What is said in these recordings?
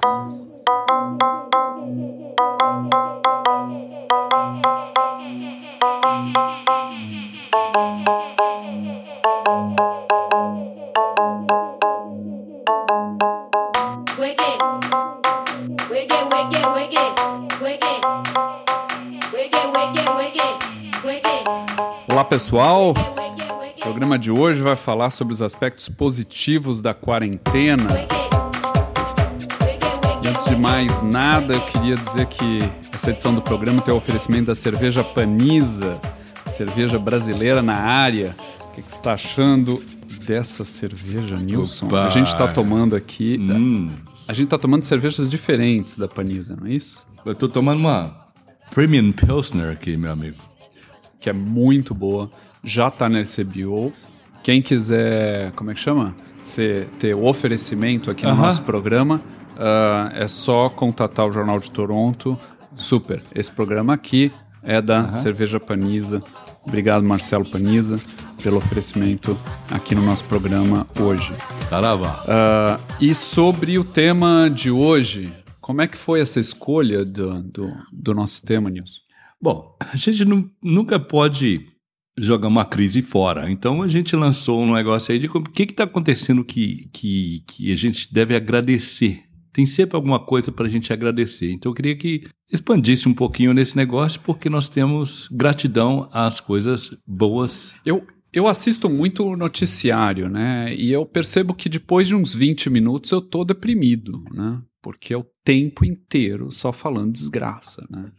Olá pessoal, o programa de hoje vai falar sobre os aspectos positivos da quarentena. E antes de mais nada, eu queria dizer que essa edição do programa tem o oferecimento da cerveja Paniza, cerveja brasileira na área. O que você está achando dessa cerveja, Nilson? Opa. A gente está tomando aqui... A gente está tomando cervejas diferentes da Paniza, não é isso? Eu tô tomando uma Premium Pilsner aqui, meu amigo. Que é muito boa, já está na LCBO. Quem quiser, como é que chama? Ter o oferecimento aqui no nosso programa, é só contatar o Jornal de Toronto. Super, esse programa aqui é da Cerveja Paniza. Obrigado, Marcelo Paniza, pelo oferecimento aqui no nosso programa hoje. Caramba! E sobre o tema de hoje, como é que foi essa escolha do nosso tema, Nilson? Bom, a gente nunca pode jogar uma crise fora. Então a gente lançou um negócio aí de o que está acontecendo que a gente deve agradecer. Tem sempre alguma coisa para a gente agradecer. Então eu queria que expandisse um pouquinho nesse negócio, porque nós temos gratidão às coisas boas. Eu assisto muito o noticiário, né? E eu percebo que depois de uns 20 minutos eu tô deprimido, né? Porque é o tempo inteiro só falando desgraça, né?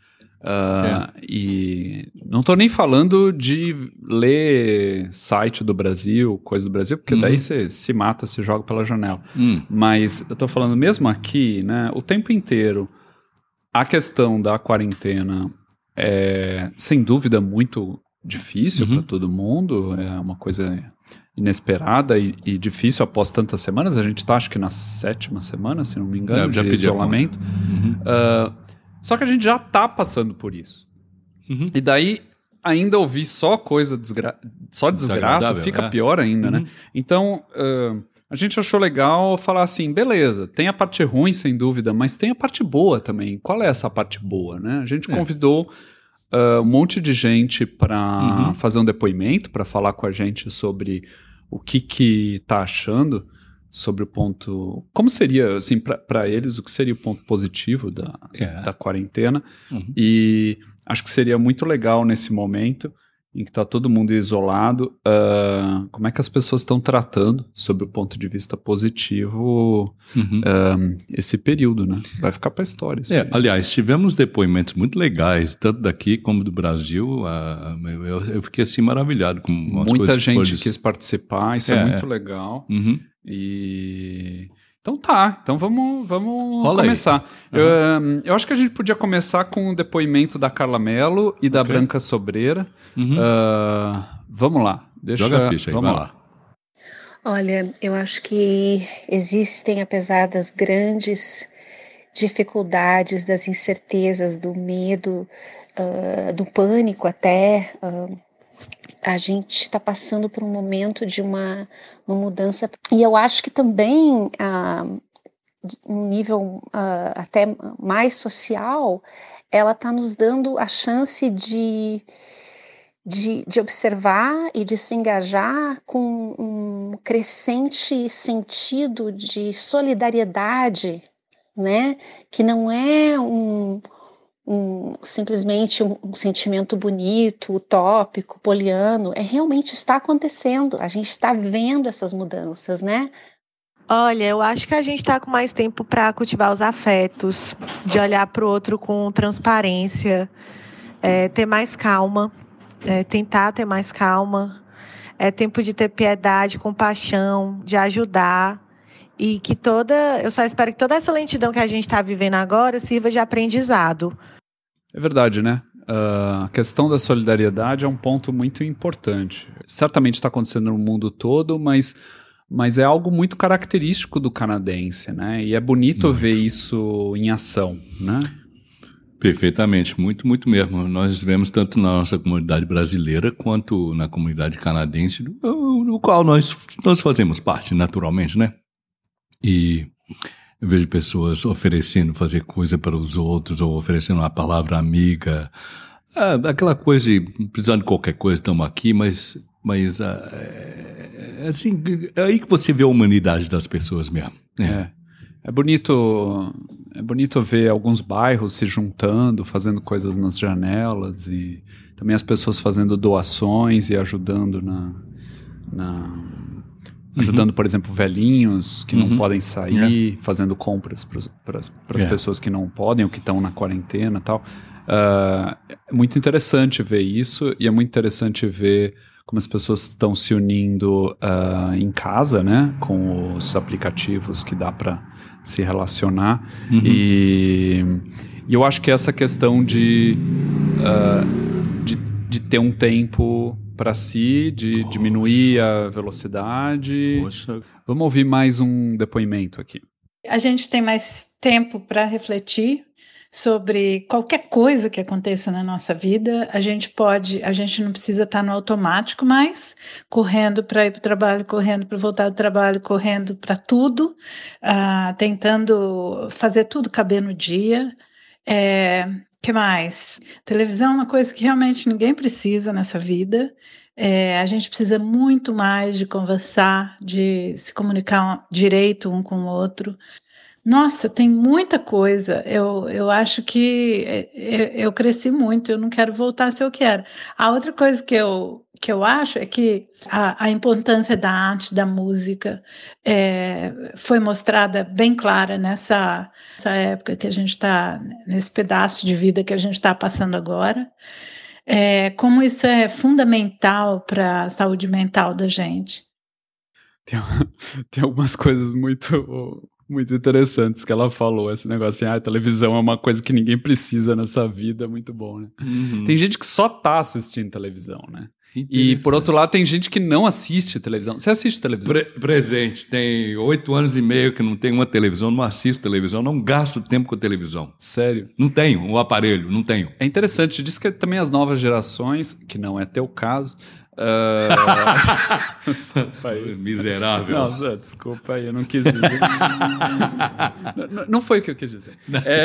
E não estou nem falando de ler site do Brasil, coisa do Brasil, porque daí você se mata, se joga pela janela. Mas eu estou falando mesmo aqui, né, o tempo inteiro, a questão da quarentena é, sem dúvida, muito difícil para todo mundo, é uma coisa inesperada e difícil após tantas semanas. A gente está, acho que na 7ª semana, se não me engano, de isolamento. Só que a gente já tá passando por isso. E daí, ainda ouvir só coisa só desgraça, fica pior ainda, né? Então, a gente achou legal falar assim, beleza, tem a parte ruim, sem dúvida, mas tem a parte boa também. Qual é essa parte boa, né? A gente convidou um monte de gente para fazer um depoimento, para falar com a gente sobre o que tá achando sobre o ponto... Como seria, assim, para eles, o que seria o ponto positivo da quarentena. E acho que seria muito legal nesse momento em que está todo mundo isolado, como é que as pessoas estão tratando, sob o ponto de vista positivo, esse período, né? Vai ficar para a história. Aliás, tivemos depoimentos muito legais, tanto daqui como do Brasil. Eu fiquei assim maravilhado com as muita coisas. Muita gente quis participar, isso é muito legal. Então vamos começar. Eu acho que a gente podia começar com o depoimento da Carla Mello e da Branca Sobreira. Vamos lá. Joga a ficha aí, vamos vai lá. Olha, eu acho que existem, apesar das grandes dificuldades, das incertezas, do medo, do pânico até... a gente está passando por um momento de uma mudança. E eu acho que também, um nível até mais social, ela está nos dando a chance de observar e de se engajar com um crescente sentido de solidariedade, né? Que não é simplesmente um sentimento bonito, utópico, poliano, realmente está acontecendo, a gente está vendo essas mudanças, né? Olha, eu acho que a gente está com mais tempo para cultivar os afetos, de olhar para o outro com transparência, ter mais calma, tentar ter mais calma, é tempo de ter piedade, compaixão, de ajudar, e que eu só espero que toda essa lentidão que a gente está vivendo agora sirva de aprendizado. É verdade, né? A questão da solidariedade é um ponto muito importante. Certamente está acontecendo no mundo todo, mas é algo muito característico do canadense, né? E é bonito ver isso em ação, né? Perfeitamente, muito, muito mesmo. Nós vemos tanto na nossa comunidade brasileira quanto na comunidade canadense, do qual nós fazemos parte, naturalmente, né? E Eu vejo pessoas oferecendo fazer coisa para os outros, ou oferecendo uma palavra amiga. Aquela coisa de, precisando de qualquer coisa, estamos aqui, mas assim, é aí que você vê a humanidade das pessoas mesmo. É bonito ver alguns bairros se juntando, fazendo coisas nas janelas, e também as pessoas fazendo doações e ajudando ajudando, por exemplo, velhinhos que não podem sair, fazendo compras para as pessoas que não podem ou que estão na quarentena e tal. É muito interessante ver isso, e é muito interessante ver como as pessoas estão se unindo em casa, né, com os aplicativos que dá para se relacionar. E eu acho que essa questão de ter um tempo para si, de diminuir a velocidade. Vamos ouvir mais um depoimento aqui. A gente tem mais tempo para refletir sobre qualquer coisa que aconteça na nossa vida. A gente não precisa estar no automático mais, correndo para ir para o trabalho, correndo para voltar do trabalho, correndo para tudo, tentando fazer tudo caber no dia. Que mais? Televisão é uma coisa que realmente ninguém precisa nessa vida. A gente precisa muito mais de conversar, de se comunicar direito um com o outro. Nossa, tem muita coisa. Eu acho que eu cresci muito, eu não quero voltar se eu quero. A outra coisa que eu acho é que a importância da arte, da música, foi mostrada bem clara nessa época que a gente está, nesse pedaço de vida que a gente está passando agora. Como isso é fundamental para a saúde mental da gente. Tem algumas coisas muito interessantes que ela falou, esse negócio assim, a televisão é uma coisa que ninguém precisa nessa vida, muito bom, né? Tem gente que só tá assistindo televisão, né? E, por outro lado, tem gente que não assiste televisão. Você assiste televisão? Presente. Tem 8 anos e meio que não tenho uma televisão, não assisto televisão, não gasto tempo com televisão. Sério? Não tenho o aparelho, não tenho. É interessante, diz que também as novas gerações, que não é teu caso... Desculpa aí. Miserável. Não, desculpa aí, eu não quis dizer. não foi o que eu quis dizer.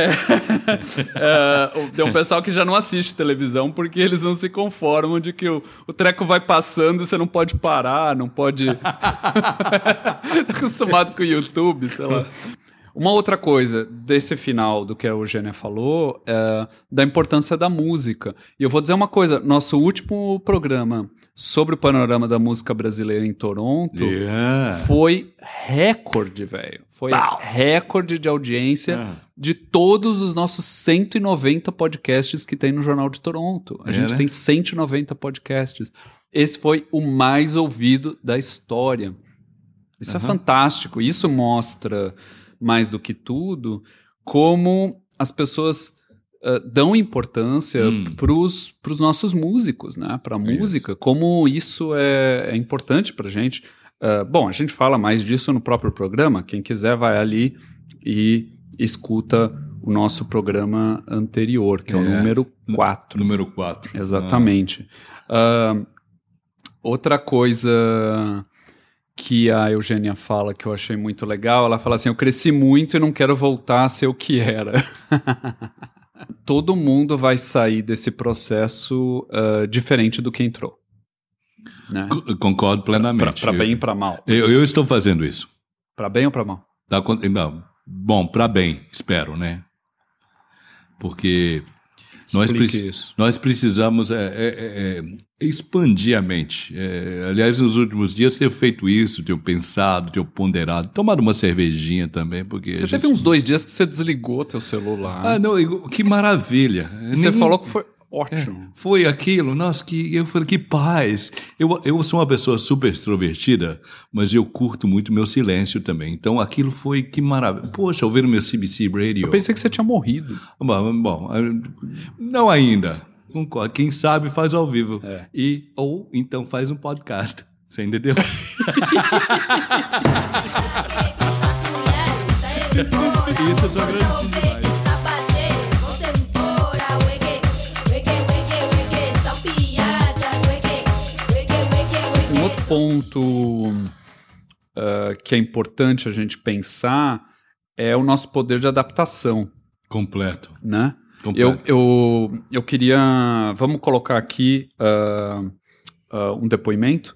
Tem um pessoal que já não assiste televisão porque eles não se conformam de que o treco vai passando e você não pode parar, não pode... Tá acostumado com o YouTube, sei lá. Uma outra coisa desse final do que a Eugênia falou da importância da música. E eu vou dizer uma coisa, nosso último programa sobre o panorama da música brasileira em Toronto foi recorde, velho. Foi recorde de audiência de todos os nossos 190 podcasts que tem no Jornal de Toronto. A gente tem 190 podcasts. Esse foi o mais ouvido da história. Isso é fantástico. Isso mostra... mais do que tudo, como as pessoas dão importância pros nossos músicos, né? Para a música, como isso é importante para a gente. Bom, a gente fala mais disso no próprio programa. Quem quiser vai ali e escuta o nosso programa anterior, que é o número 4. Número 4. Exatamente. Outra coisa... que a Eugênia fala, que eu achei muito legal, ela fala assim, eu cresci muito e não quero voltar a ser o que era. Todo mundo vai sair desse processo diferente do que entrou. Né? Concordo plenamente. Para bem e para mal. Eu estou fazendo isso. Para bem ou para mal? Não, bom, para bem, espero, né? Porque... Nós precisamos expandir a mente. Aliás, nos últimos dias tenho feito isso, tenho pensado, tenho ponderado, tomado uma cervejinha também, porque... Você teve uns 2 dias que você desligou teu celular. Não, que maravilha. Você falou que foi ótimo. Foi aquilo, nossa, eu falei, que paz. Eu sou uma pessoa super extrovertida, mas eu curto muito meu silêncio também. Então aquilo foi, que maravilha. Poxa, ouvir o meu CBC Radio. Eu pensei que você tinha morrido. Bom, não ainda. Concordo. Quem sabe faz ao vivo. Ou então faz um podcast. Você entendeu? Isso eu sou agradecido demais. Um outro ponto que é importante a gente pensar é o nosso poder de adaptação. Completo. Né? Completo. Eu queria... Vamos colocar aqui um depoimento.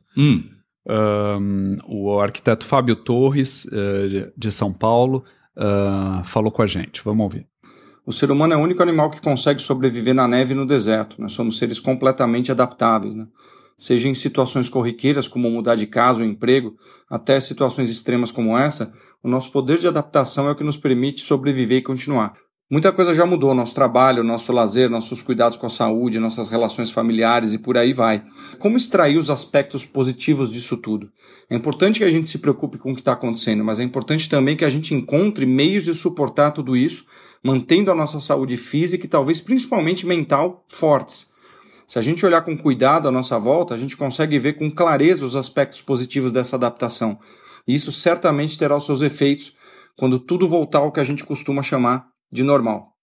O arquiteto Fábio Torres, de São Paulo, falou com a gente. Vamos ouvir. O ser humano é o único animal que consegue sobreviver na neve e no deserto. Nós somos seres completamente adaptáveis, né? Seja em situações corriqueiras, como mudar de casa ou emprego, até situações extremas como essa, o nosso poder de adaptação é o que nos permite sobreviver e continuar. Muita coisa já mudou, nosso trabalho, nosso lazer, nossos cuidados com a saúde, nossas relações familiares e por aí vai. Como extrair os aspectos positivos disso tudo? É importante que a gente se preocupe com o que está acontecendo, mas é importante também que a gente encontre meios de suportar tudo isso, mantendo a nossa saúde física e talvez principalmente mental fortes. Se a gente olhar com cuidado à nossa volta, a gente consegue ver com clareza os aspectos positivos dessa adaptação. E isso certamente terá os seus efeitos quando tudo voltar ao que a gente costuma chamar de normal.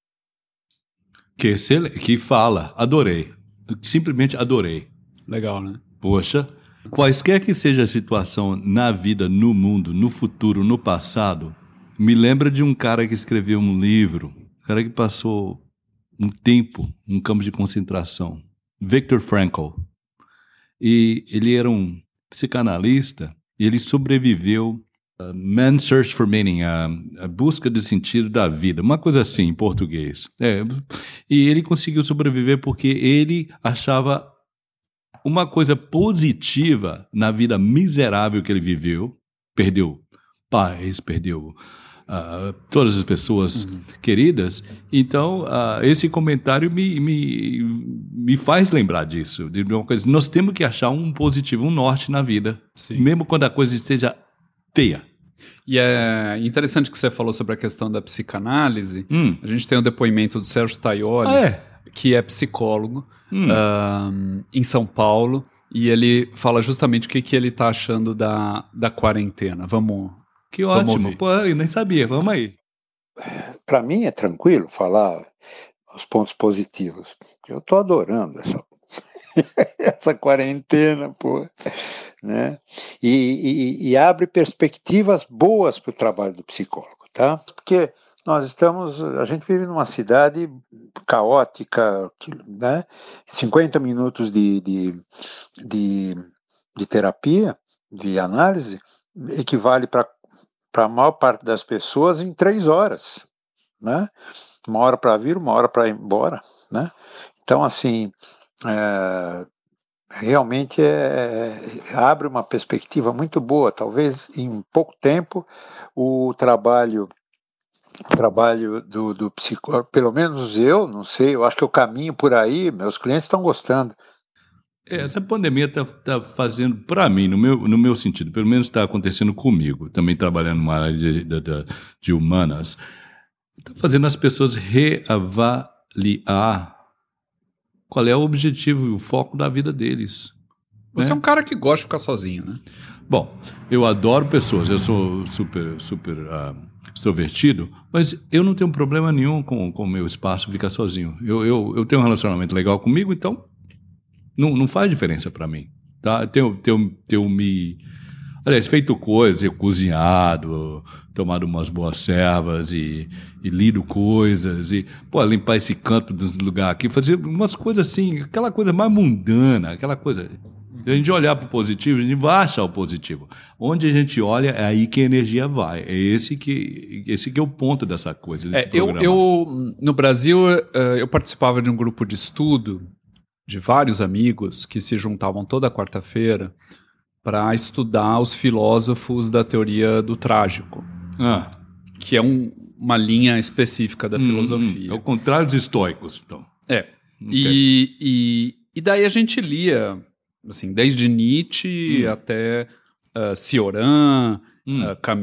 Que fala, adorei. Simplesmente adorei. Legal, né? Poxa, quaisquer que seja a situação na vida, no mundo, no futuro, no passado, me lembra de um cara que escreveu um livro, um cara que passou um tempo num campo de concentração, Viktor Frankl. E ele era um psicanalista e ele sobreviveu a Man's Search for Meaning, a busca do sentido da vida, uma coisa assim em português. E ele conseguiu sobreviver porque ele achava uma coisa positiva na vida miserável que ele viveu. Perdeu pais, perdeu todas as pessoas queridas. Então, esse comentário me faz lembrar disso. De uma coisa, nós temos que achar um positivo, um norte na vida, Sim. mesmo quando a coisa esteja feia. E é interessante que você falou sobre a questão da psicanálise. A gente tem o depoimento do Sérgio Taioli, que é psicólogo, em São Paulo, e ele fala justamente o que ele está achando da quarentena. Que ótimo. Pô, eu nem sabia. Vamos aí. Para mim é tranquilo falar os pontos positivos. Eu estou adorando essa quarentena, pô, né? E abre perspectivas boas para o trabalho do psicólogo, tá? Porque a gente vive numa cidade caótica, né? 50 minutos de terapia, de análise, equivale para a maior parte das pessoas em 3 horas, né? 1 hora para vir, 1 hora para ir embora, né? Então, assim, realmente abre uma perspectiva muito boa. Talvez em pouco tempo o trabalho do psicólogo, pelo menos eu, não sei, eu acho que eu caminho por aí, meus clientes estão gostando. Essa pandemia está fazendo, para mim, no meu sentido, pelo menos está acontecendo comigo, também trabalhando numa área de humanas, está fazendo as pessoas reavaliar qual é o objetivo e o foco da vida deles. Você é um cara que gosta de ficar sozinho, né? Bom, eu adoro pessoas, eu sou super extrovertido, mas eu não tenho problema nenhum com o meu espaço ficar sozinho. Eu tenho um relacionamento legal comigo, então não faz diferença para mim. Tá? Aliás, feito coisas, eu cozinhado, tomado umas boas servas e lido coisas, e limpar esse canto do lugar aqui, fazer umas coisas assim, aquela coisa mais mundana, aquela coisa. Se a gente olhar para o positivo, a gente vai achar o positivo. Onde a gente olha, é aí que a energia vai. É esse que é o ponto dessa coisa, desse programa. No Brasil, eu participava de um grupo de estudo de vários amigos que se juntavam toda quarta-feira para estudar os filósofos da teoria do trágico, que é uma linha específica da filosofia. É o contrário dos estoicos, então. Okay. E daí a gente lia, assim, desde Nietzsche até Cioran, Camus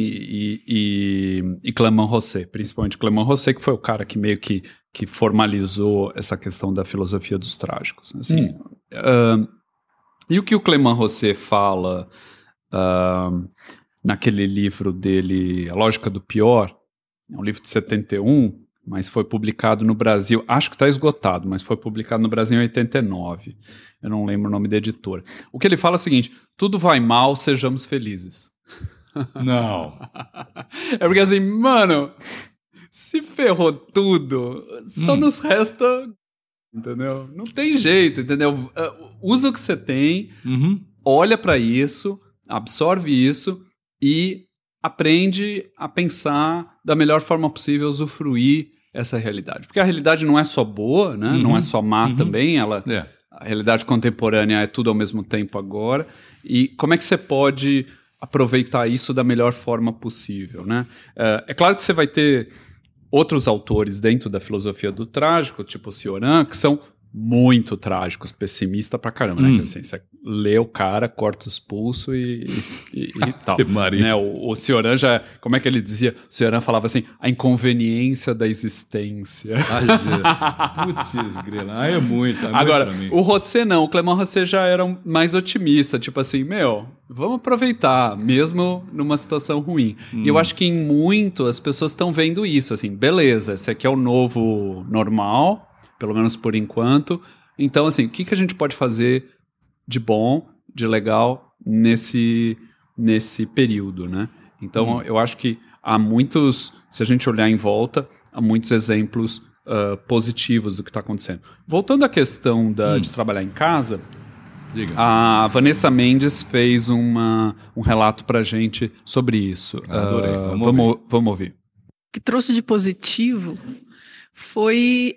e Clément Rosset, principalmente Clément Rosset, que foi o cara que meio que formalizou essa questão da filosofia dos trágicos. Assim, e o que o Clément Rosset fala naquele livro dele, A Lógica do Pior, é um livro de 71, mas foi publicado no Brasil, acho que está esgotado, mas foi publicado no Brasil em 89. Eu não lembro o nome da editora. O que ele fala é o seguinte: tudo vai mal, sejamos felizes. Não. É porque assim, mano, se ferrou tudo, só nos resta, entendeu? Não tem jeito, entendeu? Usa o que você tem, olha pra isso, absorve isso e aprende a pensar da melhor forma possível, usufruir essa realidade. Porque a realidade não é só boa, né? Não é só má também, a realidade contemporânea é tudo ao mesmo tempo agora. E como é que você pode aproveitar isso da melhor forma possível, né? É claro que você vai ter outros autores dentro da filosofia do trágico, tipo o Cioran, que são muito trágicos, pessimista pra caramba, né? Que, assim, você lê o cara, corta os pulsos e tal. Né? O Cioran já... Como é que ele dizia? O Cioran falava assim, a inconveniência da existência. Putz, grila. É muito. Agora, pra mim. o Rosset não. O Clément Rosset já era mais otimista. Tipo assim, vamos aproveitar, mesmo numa situação ruim. E eu acho que em muito as pessoas estão vendo isso. Assim, beleza, esse aqui é o novo normal, pelo menos por enquanto. Então, assim, o que a gente pode fazer de bom, de legal nesse período, né? Então, eu acho que há muitos, se a gente olhar em volta, há muitos exemplos positivos do que está acontecendo. Voltando à questão de trabalhar em casa, diga. A Vanessa Mendes fez um relato pra gente sobre isso. Adorei. Vamos ouvir. O que trouxe de positivo foi...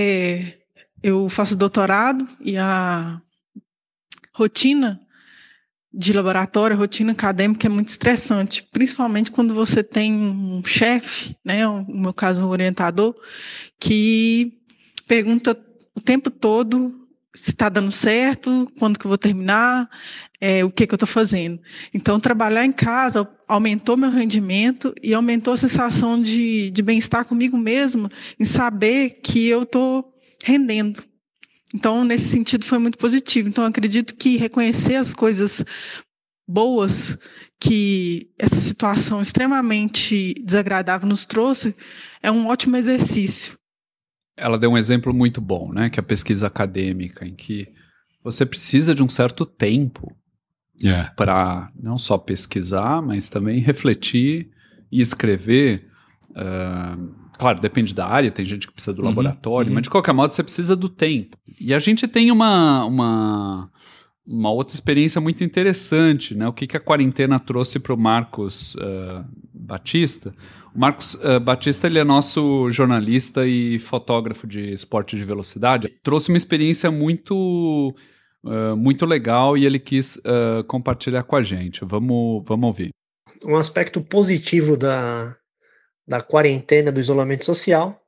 eu faço doutorado e a rotina de laboratório, a rotina acadêmica é muito estressante, principalmente quando você tem um chefe, né, no meu caso um orientador, que pergunta o tempo todo se está dando certo, quando que eu vou terminar, o que eu estou fazendo. Então, trabalhar em casa aumentou meu rendimento e aumentou a sensação de bem-estar comigo mesma, em saber que eu estou rendendo. Então, nesse sentido, foi muito positivo. Então, acredito que reconhecer as coisas boas que essa situação extremamente desagradável nos trouxe é um ótimo exercício. Ela deu um exemplo muito bom, né? Que é a pesquisa acadêmica, em que você precisa de um certo tempo para não só pesquisar, mas também refletir e escrever. Claro, depende da área, tem gente que precisa do laboratório, mas de qualquer modo você precisa do tempo. E a gente tem uma outra experiência muito interessante, né? O que a quarentena trouxe para o Marcos Batista. O Marcos Batista, ele é nosso jornalista e fotógrafo de esporte de velocidade. Trouxe uma experiência muito legal e ele quis compartilhar com a gente. Vamos ouvir. Um aspecto positivo da quarentena, do isolamento social,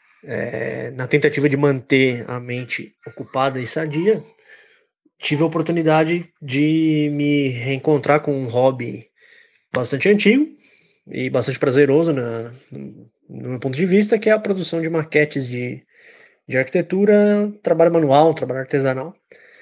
na tentativa de manter a mente ocupada e sadia, tive a oportunidade de me reencontrar com um hobby bastante antigo e bastante prazeroso no meu ponto de vista, que é a produção de maquetes de arquitetura, trabalho manual, trabalho artesanal.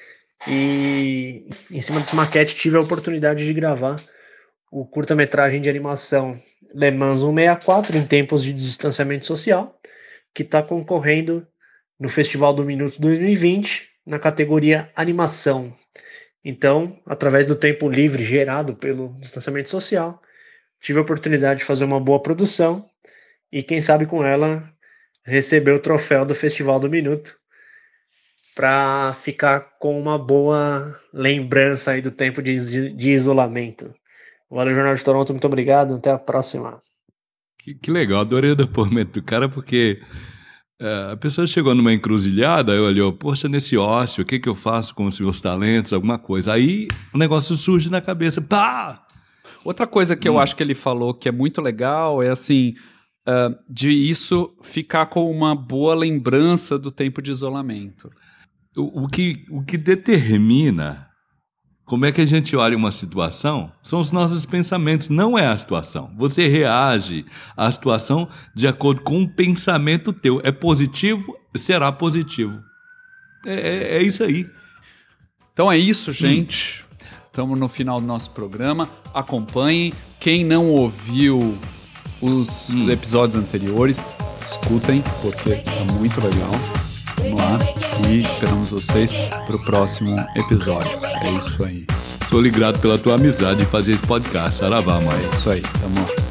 E em cima dessa maquete tive a oportunidade de gravar o curta-metragem de animação Le Mans 164, em tempos de distanciamento social, que está concorrendo no Festival do Minuto 2020, na categoria animação. Então, através do tempo livre gerado pelo distanciamento social, tive a oportunidade de fazer uma boa produção e, quem sabe com ela, receber o troféu do Festival do Minuto para ficar com uma boa lembrança aí do tempo de isolamento. Valeu, Jornal de Toronto, muito obrigado, até a próxima. Que legal, adorei o depoimento do cara, porque a pessoa chegou numa encruzilhada e olhou, poxa, nesse ócio, o que eu faço com os meus talentos, alguma coisa. Aí o negócio surge na cabeça, pá! Outra coisa que eu acho que ele falou que é muito legal é assim, de isso ficar com uma boa lembrança do tempo de isolamento. O que determina como é que a gente olha uma situação são os nossos pensamentos, não é a situação. Você reage à situação de acordo com um pensamento teu. É positivo, será positivo. É isso aí. Então é isso, gente. Estamos no final do nosso programa. Acompanhem. Quem não ouviu os episódios anteriores, escutem, porque é muito legal. Vamos lá. E esperamos vocês para o próximo episódio. É isso aí. Sou grato pela tua amizade em fazer esse podcast. Saravá, mãe. É isso aí, tamo lá.